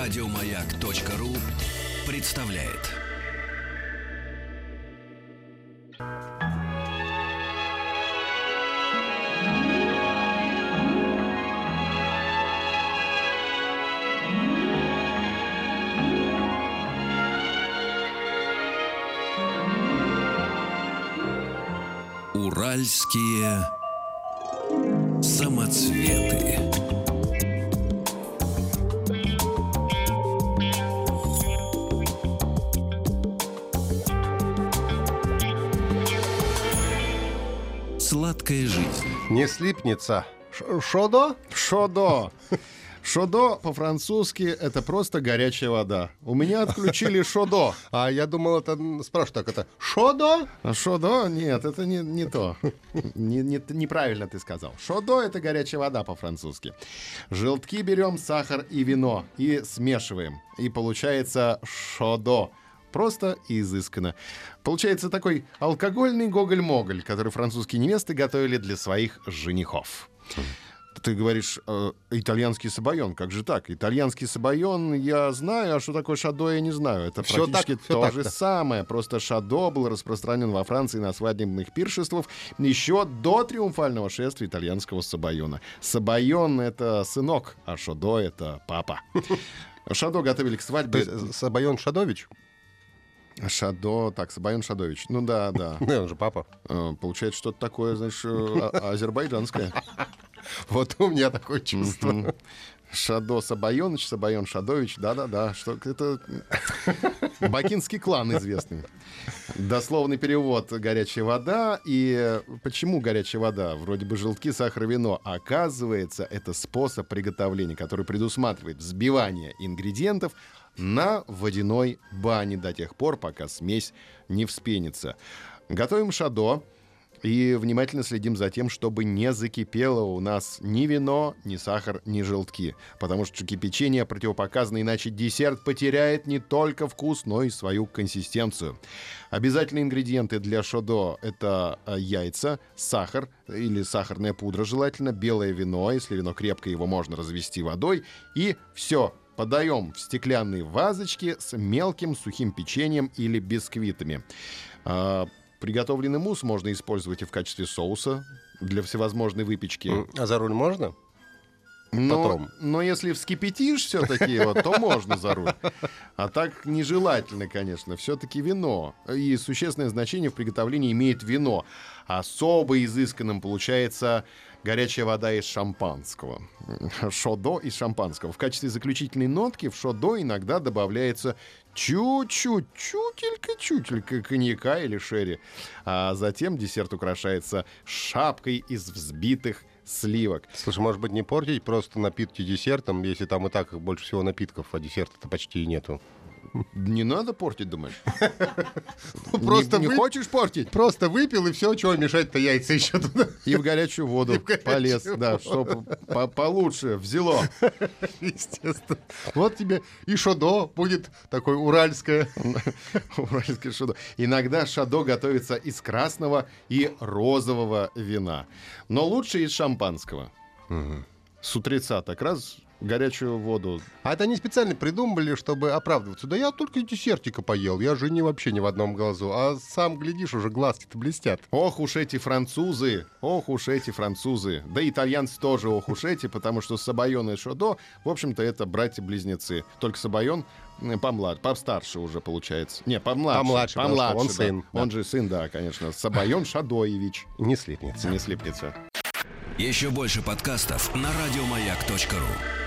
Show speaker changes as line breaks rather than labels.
Радиомаяк.ру представляет. Уральские самоцветы. Сладкая жизнь.
Не слипнется. Шодо?
Шодо. Шодо по-французски — это просто горячая вода. У меня отключили шодо.
А я думал, это спрашивают так, это шодо?
Шодо? Нет, это не то. Неправильно ты сказал. Шодо — это горячая вода по-французски. Желтки берем, сахар и вино и смешиваем. И получается шодо. Просто и изысканно. Получается такой алкогольный гоголь-моголь, который французские невесты готовили для своих женихов. Ты говоришь, итальянский сабайон. Как же так? Итальянский сабайон я знаю, а что такое шадо, я не знаю. Это
Всё
практически
так, всё
то же
так-то.
самое. Просто шадо был распространен во Франции на свадебных пиршествах еще до триумфального шествия итальянского сабайона. Сабайон — это сынок, а шадо — это папа. Шадо готовили к
То
свадьбе.
есть Сабайон Шадович?
Шадо, так, Сабайон Шадович. Ну да.
Ну, он же папа.
Получается что-то такое, знаешь, азербайджанское.
Вот у меня такое чувство.
Мгм. Шадо Сабайоныч, Сабайон Шадович, да. Что это бакинский клан известный. Дословный перевод — горячая вода. И почему горячая вода? Вроде бы желтки, сахар, вино. Оказывается, это способ приготовления, который предусматривает взбивание ингредиентов на водяной бане до тех пор, пока смесь не вспенится. Готовим шадо. И внимательно следим за тем, чтобы не закипело у нас ни вино, ни сахар, ни желтки. Потому что кипячение противопоказано, иначе десерт потеряет не только вкус, но и свою консистенцию. Обязательные ингредиенты для шодо — это яйца, сахар или сахарная пудра желательно, белое вино, если вино крепкое, его можно развести водой, и все. Подаем в стеклянные вазочки с мелким сухим печеньем или бисквитами. Приготовленный мусс можно использовать и в качестве соуса для всевозможной выпечки.
А за руль можно? Потом.
Но если вскипятишь все-таки его, то можно за руль. А так нежелательно, конечно. Все-таки вино. И существенное значение в приготовлении имеет вино. Особо изысканным получается горячая вода из шампанского. Шодо из шампанского. В качестве заключительной нотки в шодо иногда добавляется чутелька коньяка или шерри. А затем десерт украшается шапкой из взбитых сливок.
Слушай, может быть, не портить просто напитки десертом, если там и так больше всего напитков, а десерта-то почти и нету.
Не надо портить, думаешь?
Просто
Не хочешь портить?
Просто выпил, и все, чего мешать-то яйца еще туда.
И в горячую воду полез, да, чтобы получше взяло.
Естественно. Вот тебе и шодо будет такое уральское.
Уральское шадо. Иногда шадо готовится из красного и розового вина. Но лучше из шампанского. С утреца так раз горячую воду.
А это они специально придумали, чтобы оправдываться. Да я только десертика поел, я же вообще ни в одном глазу. А сам, глядишь, уже глазки-то блестят.
Ох уж эти французы, ох уж эти французы. Да и итальянцы тоже ох уж эти, потому что Сабайон и Шодо, в общем-то, это братья-близнецы. Только Сабайон постарше уже получается. Не, помладше.
Потому что он
да.
сын. Да.
Он же сын, да, конечно. Сабайон Шадоевич.
Не слипнется.
Не слипнется.
Еще больше подкастов на радиомаяк.ру.